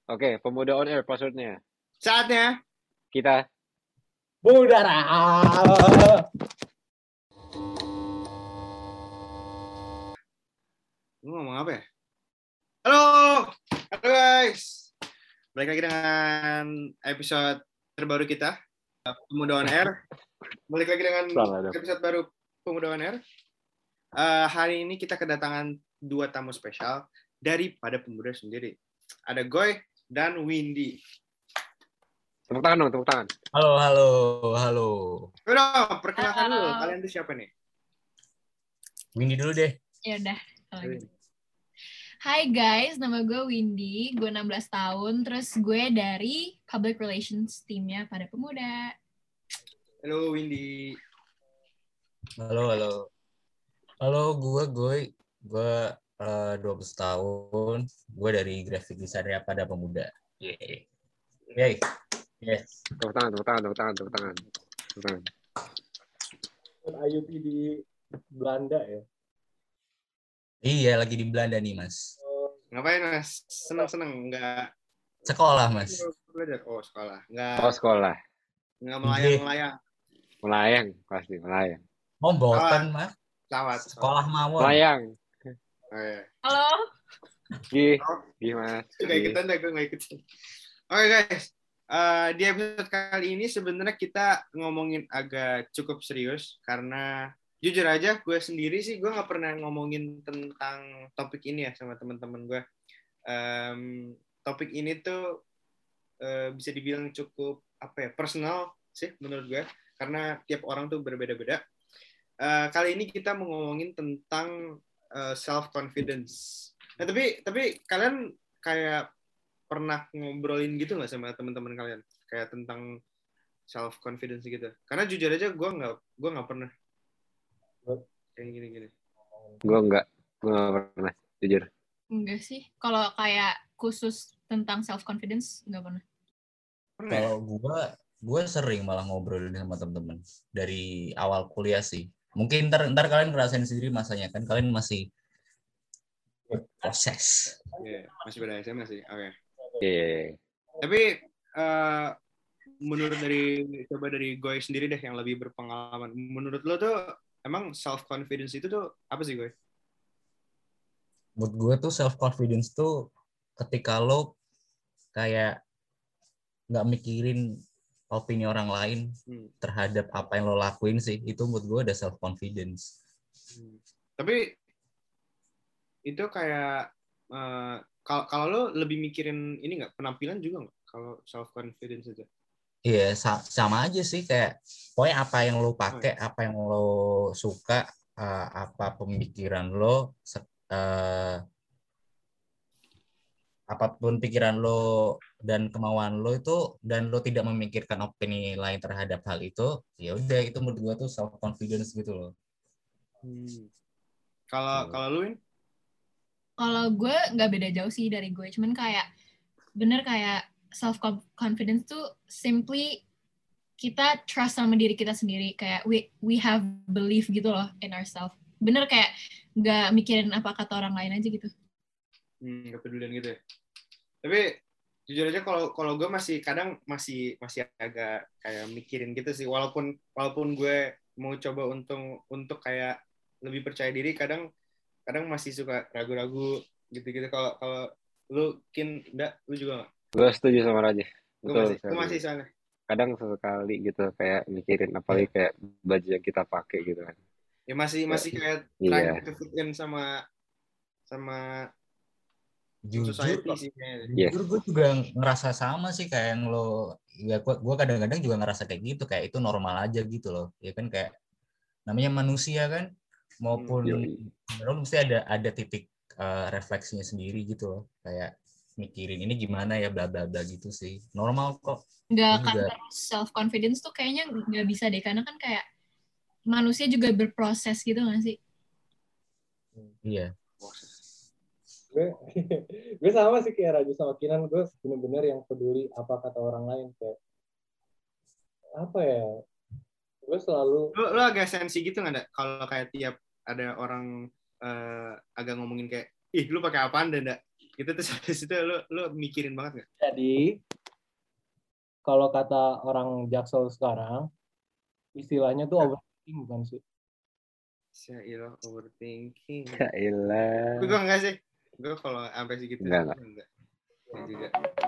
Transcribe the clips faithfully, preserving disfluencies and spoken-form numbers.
Oke, pemuda on air passwordnya. Saatnya kita Budara. Lu ngomong apa ya? Halo, halo guys. Balik lagi dengan episode terbaru kita, Pemuda on Air. Balik lagi dengan Salah, episode baru Pemuda on Air. Uh, hari ini kita kedatangan dua tamu spesial daripada pemuda sendiri. Ada Goy dan Windy. Tepuk tangan dong, tepuk tangan. Halo, halo, halo. Udah, perkenalkan Halo. dulu. Kalian tuh siapa nih? Windy dulu deh. Ya udah. Kalau gitu. Hai guys, nama gue Windy, gue enam belas tahun, terus gue dari Public Relations timnya Pada Pemuda. Halo Windy. Halo, halo. Halo, gue Goy. Gue uh, dua belas tahun. Gue dari graphic designer Pada Pemuda. Yeay. Yeay. Yes. Tepuk tangan, tepuk tangan, tepuk tangan, tepuk tangan. Tepuk tangan. I U P di Belanda ya. Iya, lagi di Belanda nih, Mas. Ngapain Mas? Seneng-seneng nggak? Sekolah, Mas. Belajar. Oh sekolah. Nggak Oh, sekolah. nggak melayang-melayang. Melayang, pasti melayang. Mau boten, Mas. Pesawat. Sekolah mawon. Melayang. Oh, iya. Halo. Gih, gimana? Nggak ikutan deh, gue nggak ikutan. Oke guys, uh, di episode kali ini sebenarnya kita ngomongin agak cukup serius karena jujur aja gue sendiri sih gue nggak pernah ngomongin tentang topik ini ya sama teman-teman gue. Um, topik ini tuh uh, bisa dibilang cukup apa ya personal sih menurut gue karena tiap orang tuh berbeda-beda. Uh, kali ini kita mau ngomongin tentang uh, self confidence. Nah tapi tapi kalian kayak pernah ngobrolin gitu nggak sama teman-teman kalian kayak tentang self confidence gitu? Karena jujur aja gue nggak gue nggak pernah kayak gini-gini. Gue enggak, gue enggak pernah, jujur. Enggak sih, kalau kayak khusus tentang self confidence enggak pernah. Pernah ya? Kalau gue, gue sering malah ngobrolin sama temen-temen dari awal kuliah sih. Mungkin ntar, ntar kalian ngerasain sendiri masanya kan kalian masih proses. Iya, masih pada S M A sih. Oke. Iya. Tapi uh, menurut dari coba dari Goy sendiri deh yang lebih berpengalaman. Menurut lo tuh emang self confidence itu tuh apa sih Goy? Menurut gue tuh self confidence tuh ketika lo kayak nggak mikirin opini orang lain Hmm. terhadap apa yang lo lakuin sih, itu menurut gue ada self confidence. Hmm. Tapi itu kayak uh, kalau kalau lo lebih mikirin ini nggak penampilan juga nggak kalau self confidence itu? Iya, sa- sama aja sih kayak pokoknya apa yang lo pakai, apa yang lo suka, uh, apa pemikiran lo, se- uh, apapun pikiran lo dan kemauan lo itu, dan lo tidak memikirkan opini lain terhadap hal itu, ya udah itu menurut gue tuh self confidence gitu loh. Hmm. Kalau Tuh. kalau lu Win? Kalau gue nggak beda jauh sih dari gue, cuman kayak bener kayak self confidence tuh simply kita trust sama diri kita sendiri, kayak we we have belief gitu loh in ourselves. Bener kayak nggak mikirin apa kata orang lain aja gitu. Hmm, kepedulian gitu ya. Tapi jujur aja kalau kalau gue masih kadang masih masih agak kayak mikirin gitu sih. Walaupun walaupun gue mau coba untuk untuk kayak lebih percaya diri, kadang kadang masih suka ragu-ragu gitu-gitu. Kalau kalau lu kin enggak, lu juga nggak? Gue setuju sama Raja. Gue Betul. masih gue sekali. masih soalnya. Kadang sesekali gitu kayak mikirin apalagi kayak baju yang kita pakai gitu kan. Ya masih masih kayak Iya. trying to fit in sama sama Jujur, society sih kayaknya. Yes. jujur gue juga ngerasa sama sih kayak yang lo, ya gue, gue kadang-kadang juga ngerasa kayak gitu, kayak itu normal aja gitu loh, ya kan kayak namanya manusia kan, maupun Yoi. lo mesti ada ada titik uh, refleksinya sendiri gitu loh, kayak mikirin ini gimana ya bla bla bla gitu sih, normal kok. Nggak Gue akan juga terus self confidence tuh kayaknya nggak bisa deh, karena kan kayak manusia juga berproses gitu nggak sih? iya. Gue gue sama sih kayak Raju sama Kinan, gue bener-bener yang peduli apa kata orang lain, kayak apa ya, gue selalu Lu, lu agak sensi gitu nggak ada kalau kayak tiap ada orang uh, agak ngomongin kayak ih lu pakai apaan dan enggak Gitu terus habis itu lu lu mikirin banget nggak? Jadi kalau kata orang Jaksel sekarang, istilahnya tuh overthinking bukan sih? Saya overthinking. Yaelah. Gue enggak sih. Gue kalau sampai segitu Enggak, enggak. enggak. Enggak juga.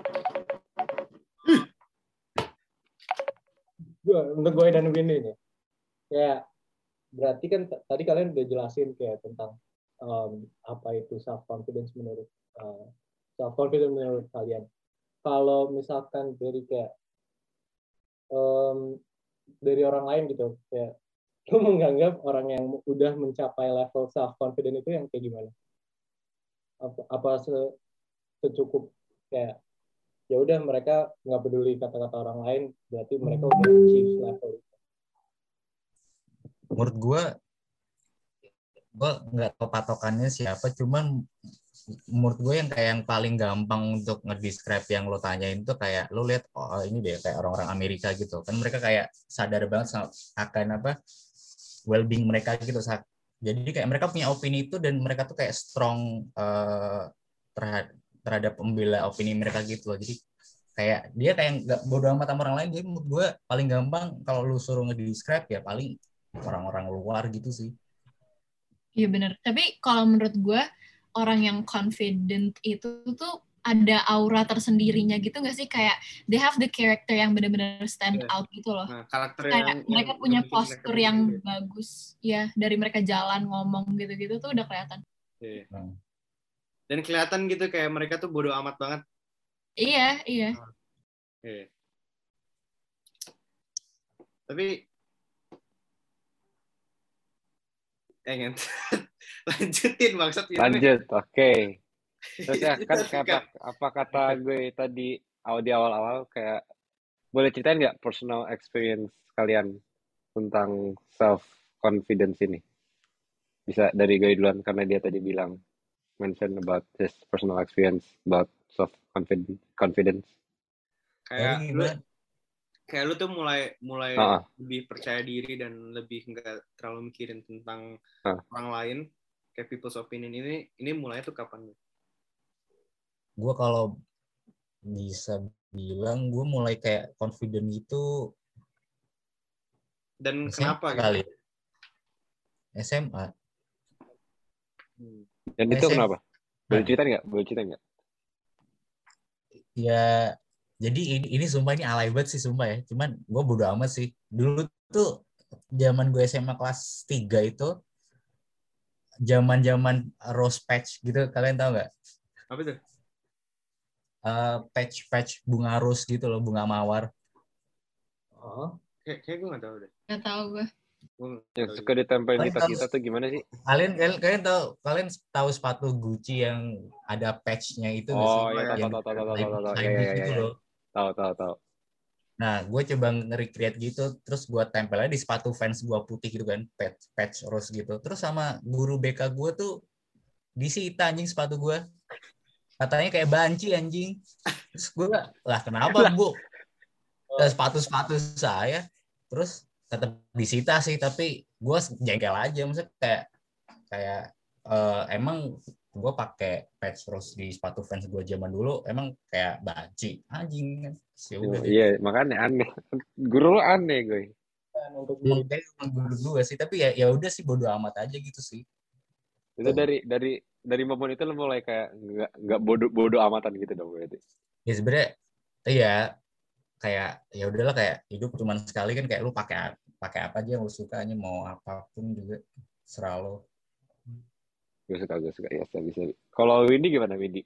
Gue untuk gue dan Windy nih, kayak berarti kan t- tadi kalian udah jelasin kayak tentang um, apa itu self confidence menurut uh, self confidence menurut kalian. Kalau misalkan dari kayak um, dari orang lain gitu, kayak lu menganggap orang yang udah mencapai level self confidence itu yang kayak gimana? Apa, apa se- secukup kayak ya udah mereka nggak peduli kata-kata orang lain, berarti mereka udah achieve level itu. Menurut gue, gue nggak tahu patokannya siapa, cuman menurut gue yang kayak yang paling gampang untuk ngedescribe yang lo tanyain tuh kayak lo lihat oh ini deh kayak orang-orang Amerika gitu kan, mereka kayak sadar banget akan apa well-being mereka gitu. Jadi kayak mereka punya opini itu dan mereka tuh kayak strong uh, terhadap terhadap pembela opini mereka gitu loh. Jadi kayak dia kayak nggak bodo amat sama orang lain. Jadi menurut gue paling gampang kalau lu suruh ngedescribe ya paling orang-orang luar gitu sih. Iya benar. Tapi kalau menurut gue orang yang confident itu tuh ada aura tersendirinya gitu nggak sih, kayak they have the character yang benar-benar stand Yeah. out gitu loh. Nah, karakter Kayak yang mereka yang punya bikin postur mereka yang beda. bagus ya, dari mereka jalan ngomong gitu-gitu tuh udah kelihatan. Yeah. Hmm. Dan kelihatan gitu kayak mereka tuh bodo amat banget. Iya, iya. Yeah. Tapi pengen lanjutin maksud gitu. Lanjut, oke. Okay. Terus ya kan apa, apa kata gue tadi di awal-awal kayak boleh ceritain nggak personal experience kalian tentang self confidence ini? Bisa dari gue duluan karena dia tadi bilang mention about his personal experience about self confidence. Kayak lu, kayak lu tuh mulai mulai uh-uh. lebih percaya diri dan lebih nggak terlalu mikirin tentang uh. orang lain, kayak people's opinion ini ini mulai tuh kapan? Gue kalau bisa bilang gue mulai kayak confident itu dan S M A kenapa kali gitu? S M A. Hmm. Dan itu S M A. Kenapa? Boleh cerita nggak? Boleh cerita nggak? Ya, jadi ini, ini sumpah ini alay banget sih sumpah ya. Cuman gue bodo amat sih. Dulu tuh zaman gue S M A kelas tiga itu zaman-zaman rose patch gitu, kalian tahu nggak? Apa itu? Uh, patch-patch bunga rose gitu loh, bunga mawar. Oh, kayak kayak gue nggak tahu deh. Nggak tahu gue. Yang suka ditempelin di tas kita tuh gimana sih? Kalian kalian kalian tahu kalian tahu sepatu Gucci yang ada patch-nya itu nggak sih? Oh iya, tahu tahu tahu tahu tahu tahu. Iya iya iya. Tahu tahu tahu. Nah, gue coba nge-recreate gitu, terus gue tempelnya di sepatu Vans gue putih gitu kan, patch, patch rose gitu. Terus sama guru B K gue tuh disita anjing sepatu gue. Katanya kayak banci anjing. Terus gue lah kenapa bu? Sepatu-sepatu saya. Terus tetap disita sih, tapi gue jengkel aja. Maksudnya kayak kayak uh, emang gue pakai patch rose di sepatu Vans gue zaman dulu emang kayak banci anjing kan. Oh, iya makanya aneh. Guru lu aneh gue. Untuk diri guru gue sih, tapi ya ya udah sih bodo amat aja gitu sih. Itu dari dari dari momen itu lo mulai kayak nggak nggak bodoh bodoh amatan gitu dong berarti. Ya sebenarnya iya kayak ya udahlah kayak hidup cuma sekali kan, kayak lu pakai pakai apa aja yang lu suka aja, mau apapun juga serah lo. Gue suka gue suka ya bisa. Kalau Windy gimana Windy?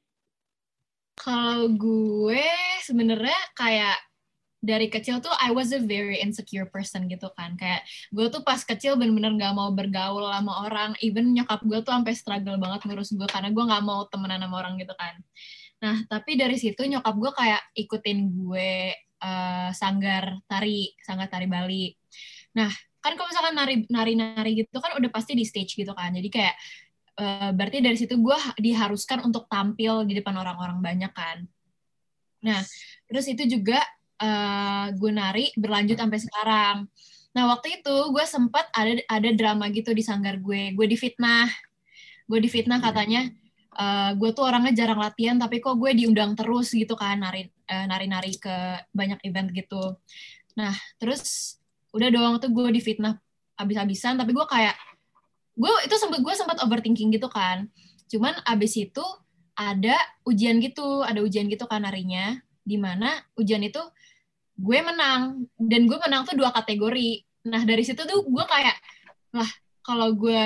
Kalau gue sebenarnya kayak dari kecil tuh I was a very insecure person gitu kan. Kayak gue tuh pas kecil bener-bener gak mau bergaul sama orang. Even nyokap gue tuh sampai struggle banget ngurus gue karena gue gak mau temenan sama orang gitu kan. Nah, tapi dari situ nyokap gue kayak ikutin gue uh, sanggar tari, sanggar tari Bali. Nah, kan kalau misalkan nari-nari gitu kan udah pasti di stage gitu kan. Jadi kayak uh, berarti dari situ gue diharuskan untuk tampil di depan orang-orang banyak kan. Nah, terus itu juga Uh, gue nari berlanjut sampai sekarang. Nah waktu itu gue sempat ada ada drama gitu di sanggar gue. Gue difitnah, gue difitnah katanya uh, gue tuh orangnya jarang latihan tapi kok gue diundang terus gitu kan nari uh, nari-nari ke banyak event gitu. Nah terus udah doang tuh gue difitnah abis-abisan, tapi gue kayak gue itu sempat gue sempat overthinking gitu kan. Cuman abis itu ada ujian gitu, ada ujian gitu kan narinya, di mana ujian itu gue menang, dan gue menang tuh dua kategori. Nah dari situ tuh gue kayak, lah kalau gue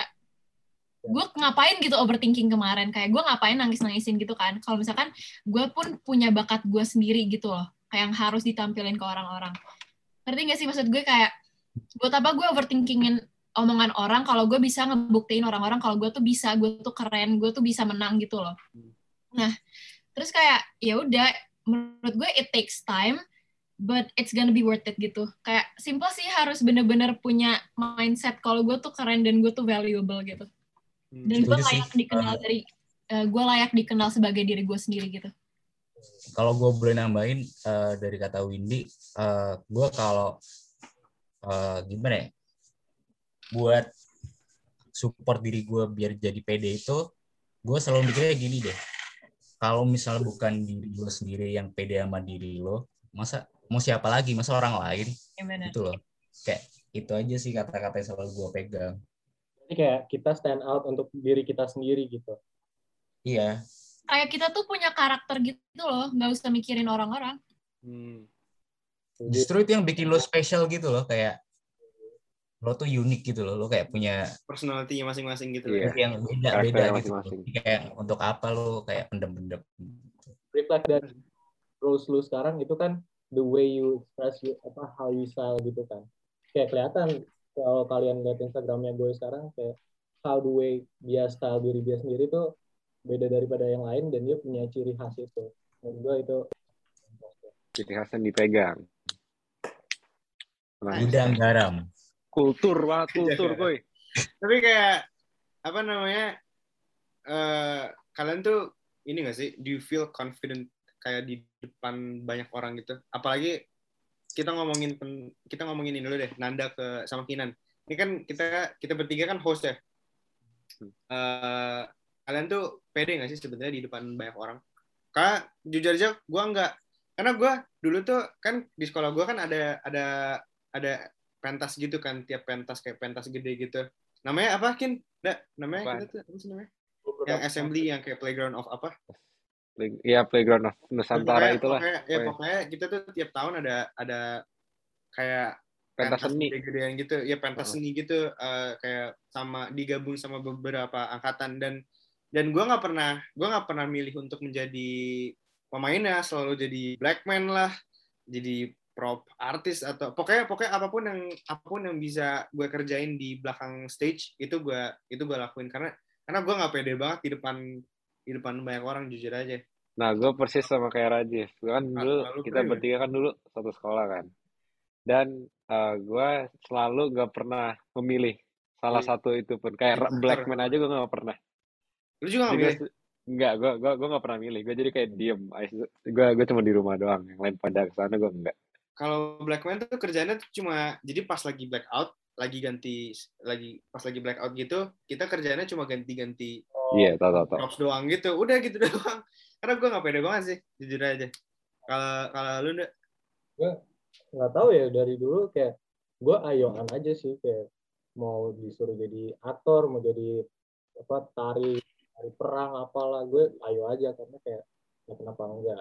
gue ngapain gitu overthinking kemarin, kayak gue ngapain nangis-nangisin gitu kan, kalau misalkan gue pun punya bakat gue sendiri gitu loh, kayak yang harus ditampilin ke orang-orang. Ngerti gak sih maksud gue, kayak buat apa gue overthinkingin omongan orang kalau gue bisa ngebuktiin orang-orang kalau gue tuh bisa, gue tuh keren, gue tuh bisa menang gitu loh. Nah terus kayak ya udah, menurut gue it takes time but it's gonna be worth it gitu. Kayak simple sih, harus bener-bener punya mindset kalau gue tuh keren dan gue tuh valuable gitu. Dan gue layak sih. dikenal uh, dari uh, gue layak dikenal sebagai diri gue sendiri gitu. Kalau gue boleh nambahin uh, dari kata Windy, uh, gue kalau uh, gimana ya, buat support diri gue biar jadi pede itu, gue selalu mikirnya gini deh, kalau misalnya bukan diri lo sendiri yang pede sama diri lo, masa mau siapa lagi, masa orang lain, ya, gitu loh. Kayak itu aja sih kata-kata yang selalu gue pegang. Jadi kayak kita stand out untuk diri kita sendiri gitu. Iya. Kayak kita tuh punya karakter gitu loh, nggak usah mikirin orang-orang. Hmm. Justru itu yang bikin lo spesial gitu loh, kayak lo tuh unik gitu loh, lo kayak punya personality-nya masing-masing gitu. Iya. Yang beda-beda gitu. Masing-masing. Kayak untuk apa lo kayak pendem-pendem. Reflect dari roles lo sekarang itu kan the way you express you, apa how you style gitu kan. Kayak kelihatan kalau kalian lihat Instagramnya gue sekarang, kayak how the way dia style diri dia sendiri tuh beda daripada yang lain, dan dia punya ciri khas itu. Menurut gue itu ciri khas yang dipegang. Gudang garam. Kultur, wah kultur, boy. Tapi kayak apa namanya? Uh, kalian tuh ini nggak sih? Do you feel confident kayak di depan banyak orang gitu? Apalagi kita ngomongin kita ngomongin ini dulu deh, Nanda ke sama Kinan. Ini kan kita kita bertiga kan host ya. Uh, kalian tuh pede nggak sih sebenarnya di depan banyak orang? Karena jujur aja, gue nggak. Karena gue dulu tuh kan di sekolah gue kan ada ada ada pentas gitu kan, tiap pentas kayak pentas gede gitu. Namanya apa, Kin? Nggak, namanya apa? Kita tuh apa sih namanya? Yang assembly, yang kayak playground of apa? Iya, playground of Nusantara pokoknya, itulah. Pokoknya, ya pokoknya kita tuh tiap tahun ada ada kayak pentas seni gede-gedean gitu, ya pentas seni gitu, uh, kayak sama digabung sama beberapa angkatan, dan dan gue nggak pernah gue nggak pernah milih untuk menjadi pemainnya, selalu jadi blackman lah, jadi prop artis atau pokoknya pokoknya apapun yang apapun yang bisa gue kerjain di belakang stage itu gue itu gue lakuin, karena karena gue nggak pede banget di depan di depan banyak orang, jujur aja. Nah gue persis sama kayak Rajif, kan dulu nah, kita pede, bertiga kan dulu satu sekolah kan, dan uh, gue selalu nggak pernah memilih salah Jadi, satu itu pun, kayak blackman aja gue nggak pernah. Lu juga nggak milih? Enggak, gue gue gue nggak pernah milih, gue jadi kayak diem, gue gue cuma di rumah doang, yang lain pada kesana gue enggak. Kalau blackman tuh kerjanya tuh cuma jadi pas lagi blackout, lagi ganti lagi pas lagi blackout gitu, kita kerjanya cuma ganti-ganti iya tahu tahu tahu props doang gitu, udah gitu doang. Karena gue nggak pede banget sih, jujur aja. Kalau kalau lu nggak? Gue nggak tahu ya, dari dulu kayak gue ayoan aja sih, kayak mau disuruh jadi aktor, mau jadi apa tari tari perang apalah, gue ayo aja, karena kayak ya kenapa enggak.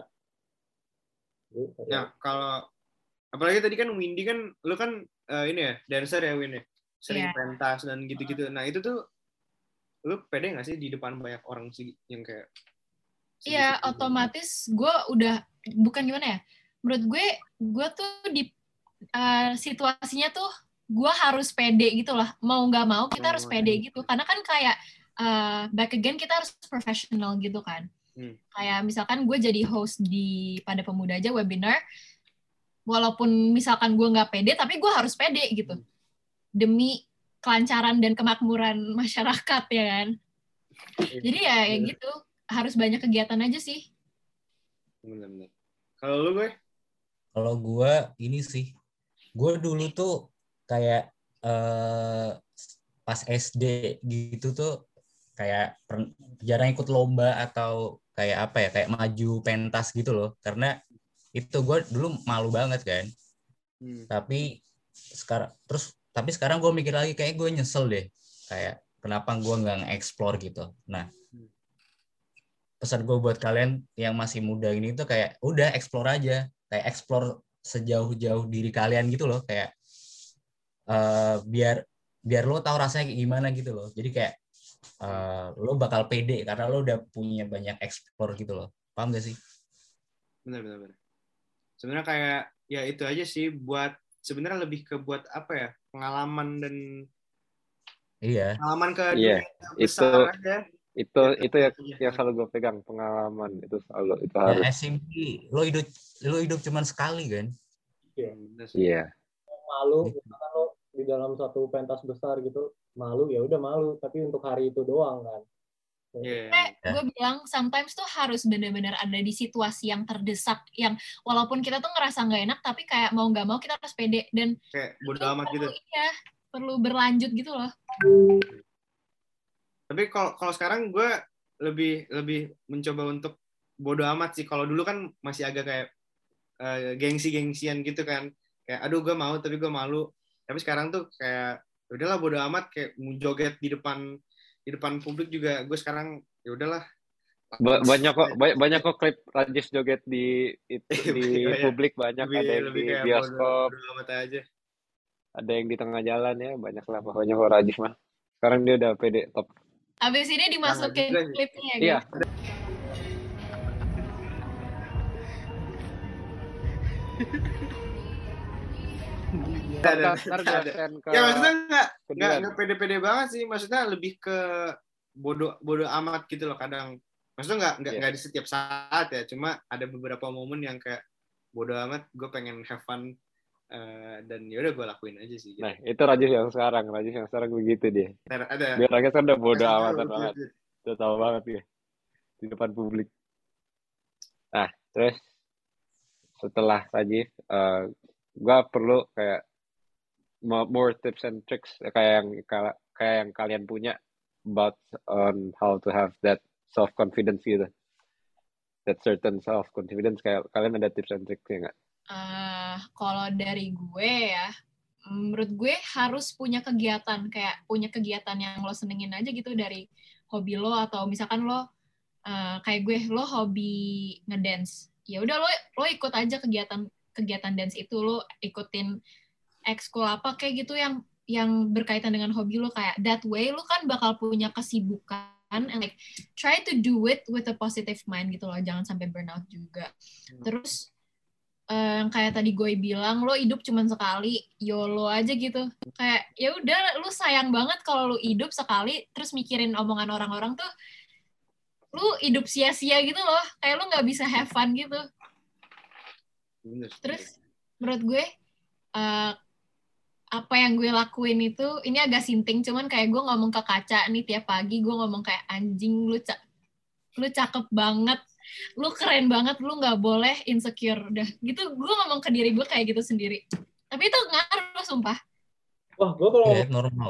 Nah kalau apalagi tadi kan Windy kan, lu kan uh, ini ya dancer ya Win ya, sering yeah. pentas dan gitu-gitu. Nah itu tuh lu pede nggak sih di depan banyak orang sih yang kayak? Iya, otomatis gue udah bukan gimana ya. Menurut gue, gue tuh di uh, situasinya tuh gue harus pede gitu lah. Mau nggak mau kita oh, harus pede gitu. Karena kan kayak uh, back again kita harus profesional gitu kan. Hmm. Kayak misalkan gue jadi host di Pada Pemuda aja webinar. Walaupun misalkan gue nggak pede, tapi gue harus pede gitu. Demi kelancaran dan kemakmuran masyarakat ya kan. Jadi ya kayak gitu. Harus banyak kegiatan aja sih. Benar-benar. Kalau lu gue? Kalau gue ini sih, gue dulu tuh kayak uh, pas S D gitu tuh kayak per, jarang ikut lomba atau kayak apa ya, kayak maju pentas gitu loh, karena itu gue dulu malu banget kan. Hmm. Tapi sekarang terus tapi sekarang gue mikir lagi kayak gue nyesel deh, kayak kenapa gue nggak nge-explore gitu. Nah, pesan gue buat kalian yang masih muda ini tuh kayak udah explore aja, kayak explore sejauh-jauh diri kalian gitu loh, kayak uh, biar biar lo tahu rasanya kayak gimana gitu loh. Jadi kayak uh, lo bakal pede karena lo udah punya banyak explore gitu loh. Paham gak sih? Benar benar benar. Sebenarnya kayak ya itu aja sih, buat sebenarnya lebih ke buat apa ya, pengalaman dan Iya. pengalaman ke Iya, dunia itu besar aja. itu Gitu itu yang, aja. yang selalu gue pegang, pengalaman itu selalu itu Ya, harus. S M P lo hidup lo hidup cuman sekali kan. Iya. Benar sih. Iya. Malu, Gitu. misalkan lo di dalam satu pentas besar gitu, malu ya udah malu, tapi untuk hari itu doang kan. Iya. Kayak gue bilang sometimes tuh harus benar-benar ada di situasi yang terdesak, yang walaupun kita tuh ngerasa nggak enak tapi kayak mau nggak mau kita harus pede, dan Kayak bodo itu amat gitu. perlu, iya, perlu berlanjut gitu loh. Tapi kalau kalau sekarang gue lebih lebih mencoba untuk bodo amat sih. Kalau dulu kan masih agak kayak uh, gengsi-gengsian gitu kan. Kayak aduh gue mau tapi gue malu. Tapi sekarang tuh kayak udahlah bodo amat, kayak mau joget di depan di depan publik juga gue sekarang ya udahlah. Ba- banyak kok banyak, banyak kok klip Rajis joget di itu di Iya, publik, banyak, lebih ada yang lebih di kayak bodo, bioskop, bodo amat aja. ada yang di tengah jalan, ya banyak lah pokoknya kok Rajis mah. Sekarang dia udah pede top. Abis ini dimasukin Jangan juga sih. klipnya ya Iya. guys. Ntar, Ada, ntar ada. gue send ke Ya maksudnya nggak ke nggak Dian. nggak pede-pede banget sih, maksudnya lebih ke bodo bodo amat gitu loh kadang. Maksudnya nggak nggak Iya. nggak di setiap saat ya, cuma ada beberapa momen yang kayak bodo amat, gue pengen have fun, uh, dan ya udah gue lakuin aja sih. Gitu. Nah, itu Rajis yang sekarang, Rajis yang sekarang begitu dia. Ada, ada. Biar Rajis kan udah bodo Ada, amatan ada, banget. ada. Udah tahu banget dia di depan publik. Nah, terus setelah Rajis, uh, gue perlu kayak mo- more tips and tricks kayak yang kala- kayak yang kalian punya about on how to have that self confidence gitu, that certain self confidence, kayak kalian ada tips and tricks nggak? Uh, kalau dari gue ya, menurut gue harus punya kegiatan, kayak punya kegiatan yang lo senengin aja gitu dari hobi lo, atau misalkan lo uh, kayak gue, lo hobi ngedance, ya udah lo lo ikut aja kegiatan kegiatan dance itu, lo ikutin ekskul apa kayak gitu yang yang berkaitan dengan hobi lo, kayak that way lo kan bakal punya kesibukan, and like try to do it with a positive mind gitu loh, jangan sampai burnout juga. Terus yang um, kayak tadi gue bilang, lo hidup cuma sekali, YOLO aja gitu. Kayak ya udah, lo sayang banget kalau lo hidup sekali terus mikirin omongan orang-orang tuh, lo hidup sia-sia gitu loh. Kayak lo nggak bisa have fun gitu. Bener. Terus menurut gue uh, apa yang gue lakuin itu, ini agak sinting, cuman kayak gue ngomong ke kaca nih tiap pagi, gue ngomong kayak anjing, lu ca- lu cakep banget, lu keren banget, lu nggak boleh insecure, udah gitu gue ngomong ke diri gue kayak gitu sendiri, tapi itu ngaruh sumpah. Wah, gue kalau Yeah, normal.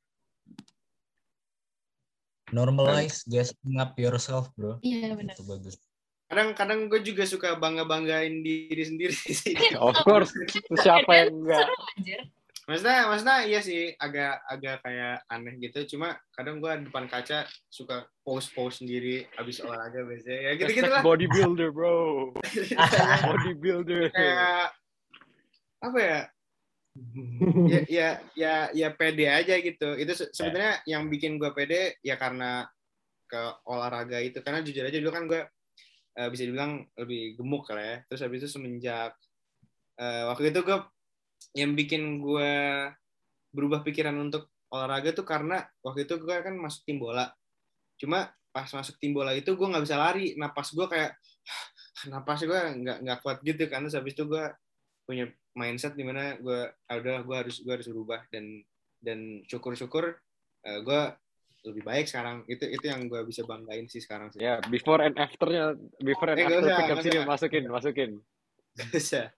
Normalize gassing up yourself, bro. Iya benar. Itu bagus. Kadang-kadang gue juga suka bangga-banggain diri sendiri sih. Of course, siapa yang enggak? Seru anjir. Maksudnya, maksudnya iya sih, agak agak kayak aneh gitu. Cuma kadang gue depan kaca suka pose-pose sendiri abis olahraga biasanya. Ya gitu-gitu lah. Bodybuilder, bro. Bodybuilder. Kayak apa ya? ya, ya, ya, ya pede aja gitu. Itu se- sebenarnya yang bikin gue pede ya karena ke olahraga itu. Karena jujur aja dulu kan gue uh, bisa dibilang lebih gemuk lah ya. Terus habis itu semenjak uh, waktu itu gue, yang bikin gue berubah pikiran untuk olahraga tuh karena waktu itu gue kan masuk tim bola. Cuma pas masuk tim bola itu gue nggak bisa lari. Napas gue kayak, napas gue nggak nggak kuat gitu kan. Terus habis itu gue punya mindset dimana gue, ah udah gue harus gue harus berubah, dan dan syukur-syukur uh, gue lebih baik sekarang. Itu itu yang gue bisa banggain sih sekarang sih. Ya, before and afternya, before and Eh, after usah, pick up sini, usah. masukin, masukin. Bisa.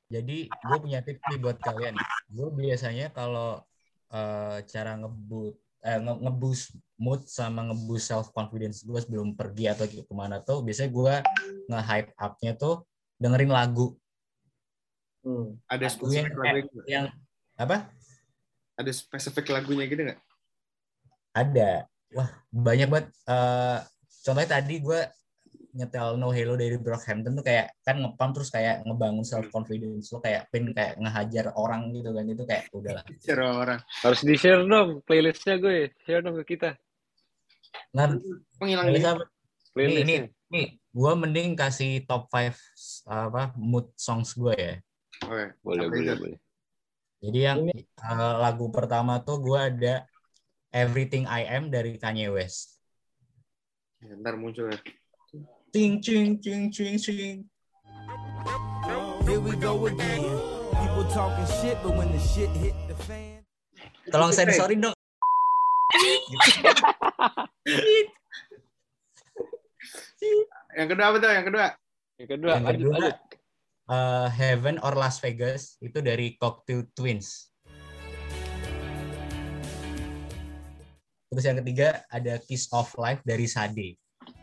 Jadi gue punya tips nih buat kalian. Gue biasanya kalau uh, cara ngebut eh, nge- nge-boost mood sama nge-boost self confidence gue sebelum pergi atau kemana tuh biasanya gue nge-hype up-nya tuh dengerin lagu. Hmm. Ada Lagu yang, spesifik lagu kayak- yang apa? Ada spesifik lagunya gitu nggak? Ada. Wah, banyak banget. Eh, contohnya tadi gue nyetel No Halo dari Brockhampton tuh kayak kan ngepam terus kayak ngebangun self confidence lo kayak pin kayak ngehajar orang gitu kan itu kayak udahlah. Cara orang. Harus di-share dong playlistnya gue. Share dong ke kita. Nah, Penghilang playlist diri. apa? Ini ini Playlistnya. nih gue mending kasih top five apa mood songs gue ya. Oke. Boleh, Sampai boleh, itu. boleh. Jadi yang eh, lagu pertama tuh gue ada Everything I Am dari Kanye West. Ya, ntar muncul ya. Cing cing cing cing cing. Here we go again. People talking shit, but when the shit hit the fan. Tolong sensorin dong. Yang kedua apa tuh? Yang kedua? Yang kedua, Yang lanjut, kedua, lanjut. eh, Heaven or Las Vegas itu dari Cocktail Twins. Terus yang ketiga ada Kiss of Life dari Sade.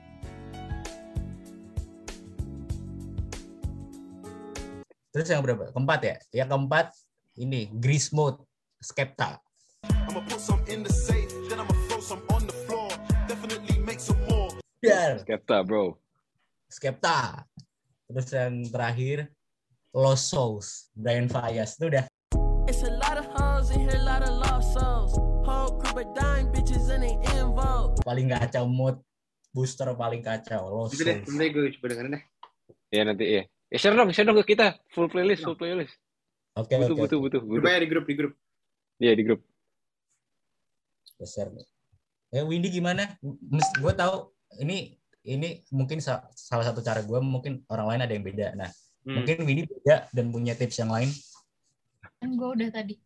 Terus yang berapa? Keempat ya? Yang keempat ini Grease Mode Skepta. I'ma put some in the safe, then I'ma throw some on the floor. Definitely make some more. Dar, Skepta, bro. Skepta. Terus yang terakhir Lost Souls Brian Fayaz. Itu udah It's a lot of hoes in here, a lot of lost souls. Whole group of dying bitches and they in vogue. paling kacau mood booster paling kacau Lost Itu deh. Souls. Nanti gue coba dengerin deh. Ya nanti ya. Ya share dong, share dong ke kita. Full playlist, full playlist. Oke Butuh, oke. butuh, butuh, Grup butuh. aja di grup, di grup. Iya, di grup. Besar. Eh Windy gimana? Mes- Gue tahu ini ini mungkin sa- salah satu cara gue, mungkin orang lain ada yang beda. Nah, Hmm. mungkin Windy beda dan punya tips yang lain. Kan gue udah tadi.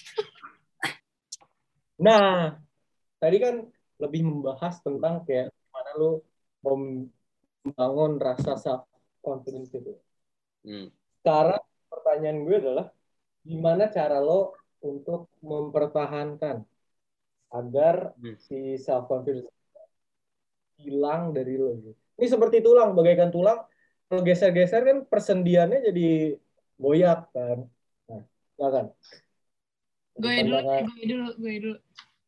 Nah, tadi kan lebih membahas tentang kayak gimana lu membangun rasa self confidence itu. Hmm. Sekarang pertanyaan gue adalah gimana cara lo untuk mempertahankan agar Hmm. si self confidence hilang dari lo gitu. Ini seperti tulang, bagaikan tulang. Kalau geser-geser kan persendiannya jadi goyak kan. Nah, ya kan? Gue dulu, gue dulu, gue dulu.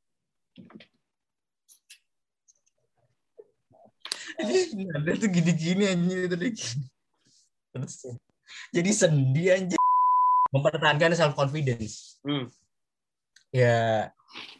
Ada tuh gini-gini anjir itu deh. Terus jadi sendi anjir. Mempertahankan self confidence. Hmm. Ya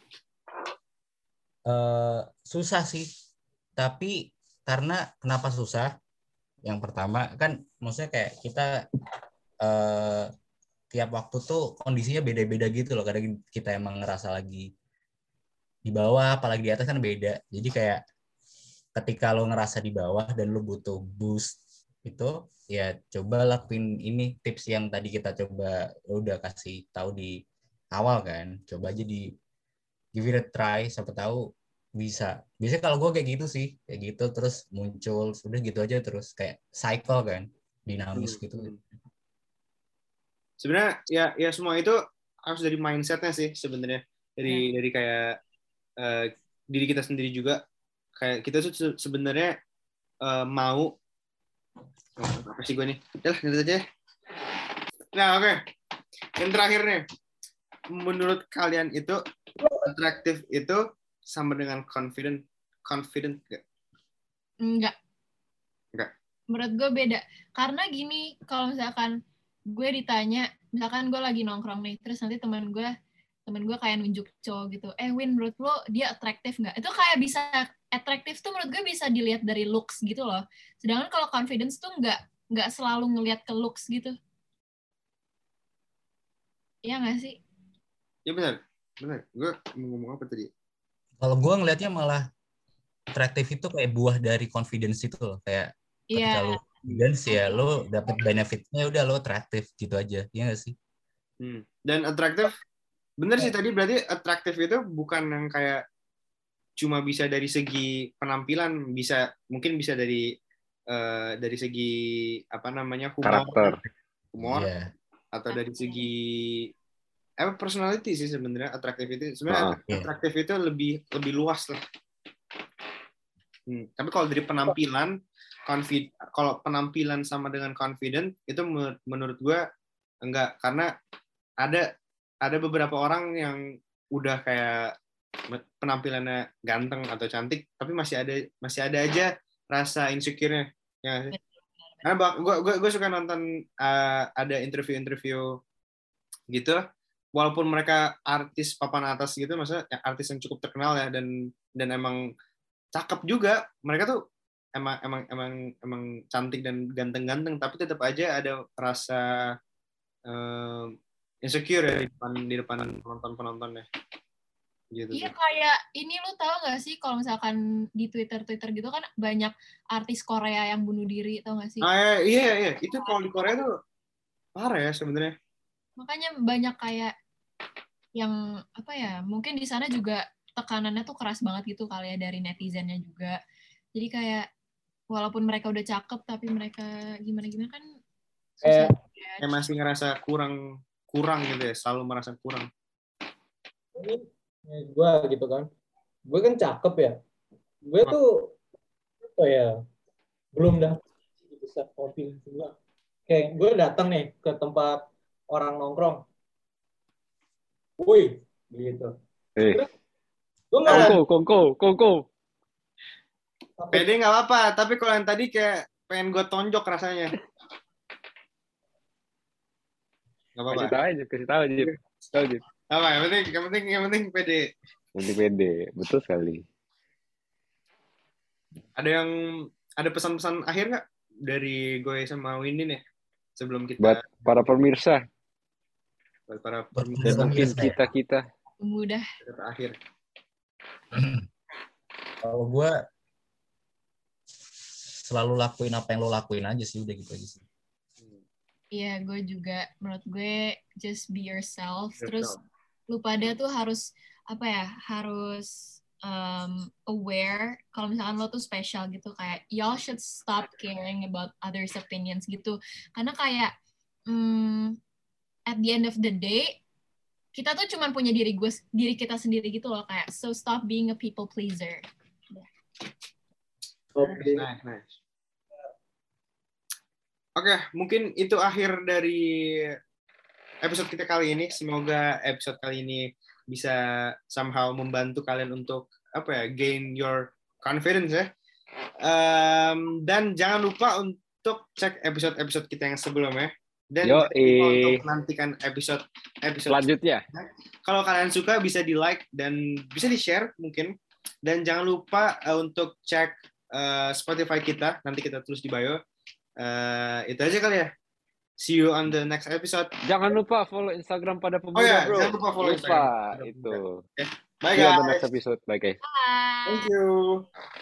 eh, susah sih. Tapi karena kenapa susah? Yang pertama kan maksudnya kayak kita eh, tiap waktu tuh kondisinya beda-beda gitu loh. Kadang kita emang ngerasa lagi di bawah, apalagi di atas kan beda. Jadi kayak ketika lo ngerasa di bawah dan lo butuh boost itu, ya coba lakuin ini tips yang tadi kita coba lo udah kasih tahu di awal kan. Coba aja di give it a try, siapa tahu bisa. Biasanya kalau gue kayak gitu sih, kayak gitu terus muncul, sudah gitu aja terus kayak cycle kan, dinamis Hmm. gitu. Sebenarnya ya ya semua itu harus dari mindsetnya sih sebenarnya, dari dari kayak eh, diri kita sendiri juga, kayak kita tuh se- sebenarnya eh, mau oh, apa sih gue nih, udah lah nanti aja. Nah oke, yang terakhir nih, menurut kalian itu atraktif itu sama dengan confident confident gak? Enggak. Enggak. Menurut gue beda. Karena gini, kalau misalkan gue ditanya, misalkan gue lagi nongkrong nih, terus nanti teman gue, teman gue kayak nunjuk cowok gitu, eh Win, menurut lo dia atraktif nggak? Itu kayak bisa, atraktif tuh menurut gue bisa dilihat dari looks gitu loh. Sedangkan kalau confidence tuh nggak nggak selalu ngelihat ke looks gitu. Iya nggak sih? Ya benar, benar. Gue mau ngomong apa tadi? Kalau gue ngelihatnya malah atraktif itu kayak buah dari confidence itu loh, kayak ketika Iya. lo confidence ya lo dapet benefitnya, udah lo atraktif gitu aja, ya nggak sih? Hmm. Dan atraktif, bener sih tadi, berarti atraktif itu bukan yang kayak cuma bisa dari segi penampilan, bisa mungkin bisa dari eh, dari segi apa namanya humor, Karakter. humor Iya. atau dari segi apa personality sih sebenarnya, attractivity. Sebenarnya Ah, iya. atraktif itu lebih lebih luas lah. Hmm. Tapi kalau dari penampilan, confid, kalau penampilan sama dengan confident itu menur- menurut gue enggak, karena ada ada beberapa orang yang udah kayak penampilannya ganteng atau cantik, tapi masih ada masih ada aja rasa insecure-nya. Ya. Karena gue gue gue suka nonton uh, ada interview-interview gitu, walaupun mereka artis papan atas gitu, maksudnya ya, artis yang cukup terkenal ya, dan dan emang cakep juga, mereka tuh emang emang emang emang cantik dan ganteng-ganteng, tapi tetap aja ada rasa uh, insecure ya di depan di depan penonton-penontonnya. Gitu. Iya, kayak ini lu tahu gak sih kalau misalkan di Twitter Twitter gitu kan banyak artis Korea yang bunuh diri, tau gak sih? Ah, iya iya, itu kalau di Korea tuh parah ya sebenarnya. Makanya banyak kayak yang apa ya, mungkin di sana juga tekanannya tuh keras banget gitu kali ya dari netizennya juga. Jadi kayak walaupun mereka udah cakep tapi mereka gimana-gimana kan susah. Eh, ya. Kayak masih ngerasa kurang kurang gitu ya, selalu merasa kurang. ini gue gitu kan, gue kan cakep ya, gue tuh apa ya, belum dah bisa confidence gue. Kayak gue datang nih ke tempat orang nongkrong, woi gitu. Eh, Gue nggak kongko, kongko, kongko. Pede nggak apa-apa, tapi kalau yang tadi kayak pengen gue tonjok rasanya. Nggak apa-apa. Kasih tahu aja, kasih tahu aja. Kasih tahu aja. Apa? Yang penting, yang penting, yang penting pede. Nanti pede, betul sekali. Ada yang ada pesan-pesan akhir nggak dari gue sama Windy nih sebelum kita Buat para pemirsa buat para Buat dan pemirsa mungkin pemirsa ya. kita kita. Mudah. akhir. Kalau gue selalu lakuin apa yang lo lakuin aja sih, udah gitu aja sih. Iya, gue juga menurut gue just be yourself. Yourself. Terus lu pada tuh harus apa ya, harus um, aware kalau misalkan lo tuh special gitu, kayak y'all should stop caring about others' opinions gitu, karena kayak um, at the end of the day kita tuh cuma punya diri gue diri kita sendiri gitu loh, kayak so stop being a people pleaser. Oke. Nice, nice. Oke, mungkin itu akhir dari episode kita kali ini. Semoga episode kali ini bisa somehow membantu kalian untuk apa ya, gain your confidence ya. Um, dan jangan lupa untuk cek episode-episode kita yang sebelumnya. Dan Yo, jangan lupa eh. untuk menantikan episode episode Selanjutnya. Kalau kalian suka bisa di like dan bisa di share mungkin. Dan jangan lupa uh, untuk cek uh, Spotify kita, nanti kita tulis di bio. Uh, itu aja kali ya. See you on the next episode. Jangan lupa follow Instagram pada pemuda, Oh ya, bro. jangan lupa follow Lupa, Instagram. itu. Bye See you on the guys. next episode. Bye guys. Bye. Thank you.